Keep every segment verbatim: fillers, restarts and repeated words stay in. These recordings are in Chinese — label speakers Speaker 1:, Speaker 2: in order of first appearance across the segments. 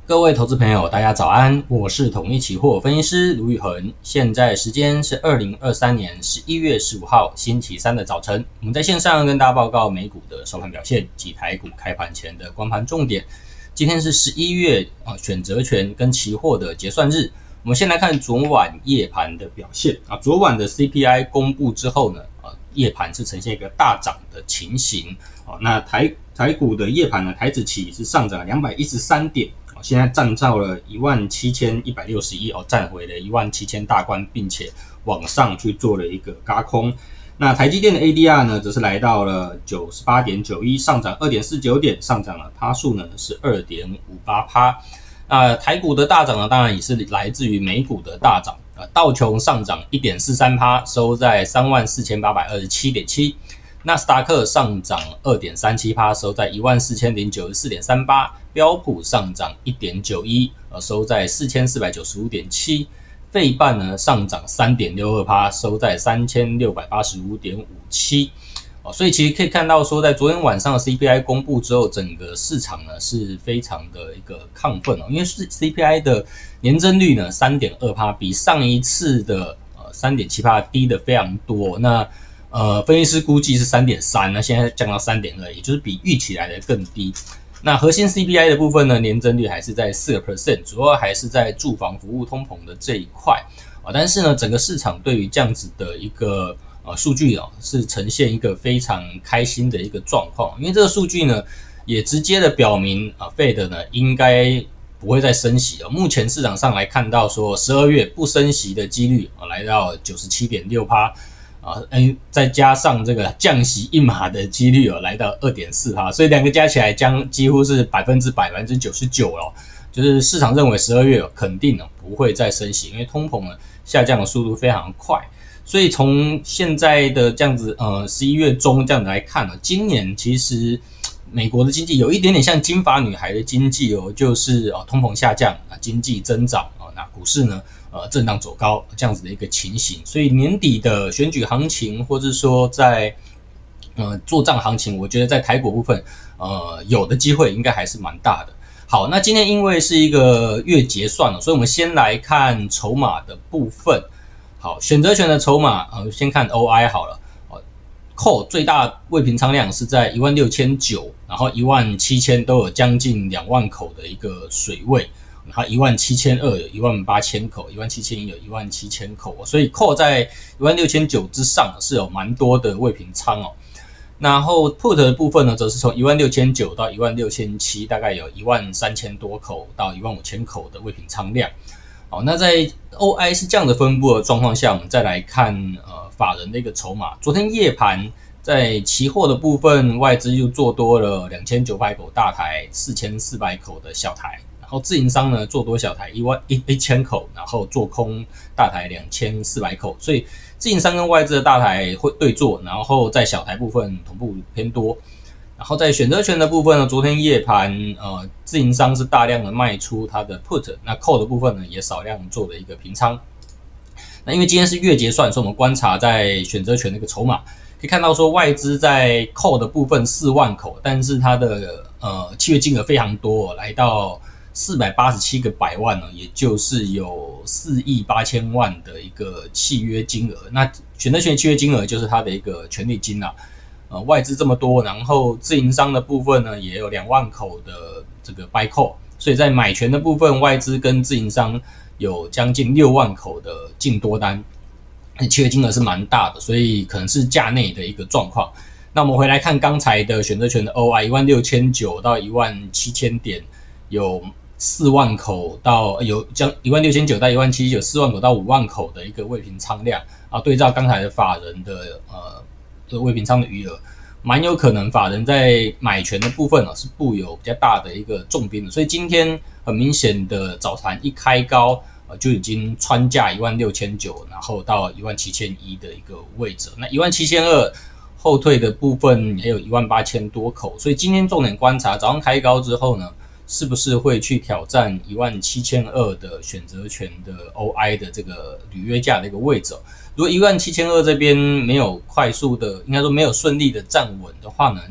Speaker 1: 各位投资朋友，大家早安，我是统一期货分析师卢宇恒，现在时间是二零二三年十一月十五号星期三的早晨，我们在线上跟大家报告美股的收盘表现及台股开盘前的观盘重点。今天是十一月啊选择权跟期货的结算日，我们先来看昨晚夜盘的表现啊，昨晚的 C P I 公布之后呢，啊夜盘是呈现一个大涨的情形啊，那台台股的夜盘呢，台指期是上涨两百一十三点。现在站到了一万七千一百六十一哦，站回了一万七千大关，并且往上去做了一个軋空。那台积电的 A D R 呢，则是来到了 九十八点九一， 上涨 二点四九 点，上涨了趴数呢是 二点五八趴。那台股的大涨呢，当然也是来自于美股的大涨。呃，道琼上涨 一点四三趴，收在 三万四千八百二十七点七。纳斯达克上涨 二点三七趴， 收在 一万四千零九十四点三八， 标普上涨 一点九一， 收在 四千四百九十五点七， 费半呢上涨 三点六二趴， 收在 三千六百八十五点五七。所以其实可以看到说，在昨天晚上的 C P I 公布之后，整个市场呢是非常的一个亢奋哦，因为是 C P I 的年增率呢 三点二趴， 比上一次的呃 三点七趴 低的非常多。那呃，分析师估计是 三点三， 那现在降到 三点二， 也就是比预期来的更低。那核心 C P I 的部分呢，年增率还是在 百分之四， 主要还是在住房服务通膨的这一块啊。但是呢，整个市场对于这样子的一个呃数据哦，是呈现一个非常开心的一个状况，因为这个数据呢，也直接的表明啊 ，Fed 呢应该不会再升息了。目前市场上来看到说，十二月不升息的几率啊，来到 九十七点六趴。啊，再加上这个降息一码的几率哦，来到 二点四趴， 所以两个加起来将几乎是百分之百 百分之九十九了，就是市场认为十二月、哦、肯定、哦、不会再升息，因为通膨呢下降的速度非常快，所以从现在的这样子呃十一月中这样子来看呢、哦，今年其实美国的经济有一点点像金发女孩的经济哦，就是哦通膨下降啊，经济增长啊，那股市呢呃震荡走高这样子的一个情形，所以年底的选举行情或者说在呃做账行情，我觉得在台股部分呃有的机会应该还是蛮大的。好，那今天因为是一个月结算了，所以我们先来看筹码的部分。好，选择权的筹码呃先看 O I 好了。call 最大未平仓量是在 一万六千九百， 然后一万七千都有将近两万口的一个水位，然后一万七千二有一万八千口，一万七千一有一万七千口，所以 call 在一万六千九之上是有蛮多的未平仓哦。然后 put 的部分呢，则是从一万六千九到一万六千七，大概有一万三千多口到一万五千口的未平仓量。好，那在 O I 是这样的分布的状况下，我们再来看呃法人的一个筹码。昨天夜盘在期货的部分，外资又做多了两千九百口大台，四千四百口的小台，然后自营商呢做多小台一万一一千口，然后做空大台两千四百口，所以自营商跟外资的大台会对做，然后在小台部分同步偏多。然后在选择权的部分呢，昨天夜盘呃自营商是大量的卖出它的 put， 那 call 的部分呢也少量做了一个平仓。那因为今天是月结算，所以我们观察在选择权的一个筹码，可以看到说外资在 call 的部分四万口，但是它的呃契约金额非常多，来到四百八十七个百万呢，也就是有四亿八千万的一个契约金额。那选择权契约金额就是它的一个权利金啊。呃，外资这么多，然后自营商的部分呢也有两万口的这个 buy call， 所以在买权的部分，外资跟自营商有将近六万口的净多单，契约金额是蛮大的，所以可能是价内的一个状况。那我们回来看刚才的选择权的 O I， 一万六千九百到一万七千点，有四万口到有将一万六千九百到一万七千有四万口到五万口的一个未平仓量啊，对照刚才的法人的呃。这未平仓的余额，蛮有可能法人在买权的部分呢、哦、是布有比较大的一个重兵的，所以今天很明显的早盘一开高，呃就已经穿价一万六千九百，然后到一万七千一的一个位置，那一万七千二后退的部分也有一万八千多口，所以今天重点观察早上开高之后呢，是不是会去挑战一万七千二的选择权的 O I 的这个履约价的一个位置、哦。如果一万七千二这边没有快速的，应该说没有顺利的站稳的话呢，那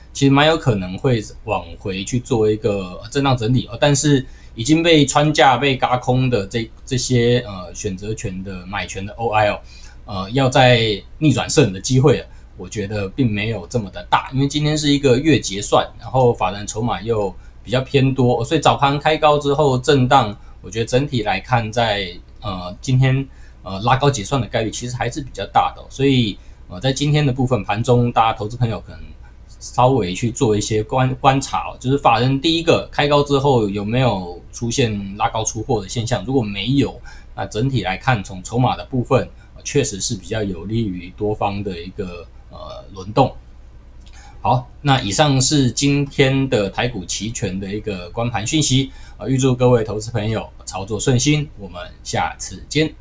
Speaker 1: 其实蛮有可能会往回去做一个震荡整理，但是已经被穿价被軋空的这这些呃选择权的买权的 O I 哦，呃要再逆转胜的机会了，我觉得并没有这么的大，因为今天是一个月结算，然后法人筹码又比较偏多，所以早盘开高之后震荡，我觉得整体来看在呃今天呃拉高结算的概率其实还是比较大的，所以呃在今天的部分盘中，大家投资朋友可能稍微去做一些观观察，就是法人第一个开高之后有没有出现拉高出货的现象，如果没有，那整体来看从筹码的部分确实是比较有利于多方的一个呃轮动。好，那以上是今天的台股期权的一个观盘讯息，呃，预祝各位投资朋友操作顺心，我们下次见。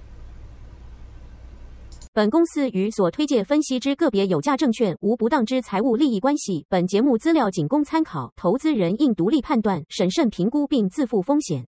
Speaker 2: 本公司与所推介分析之个别有价证券无不当之财务利益关系，本节目资料仅供参考，投资人应独立判断、审慎评估并自负风险。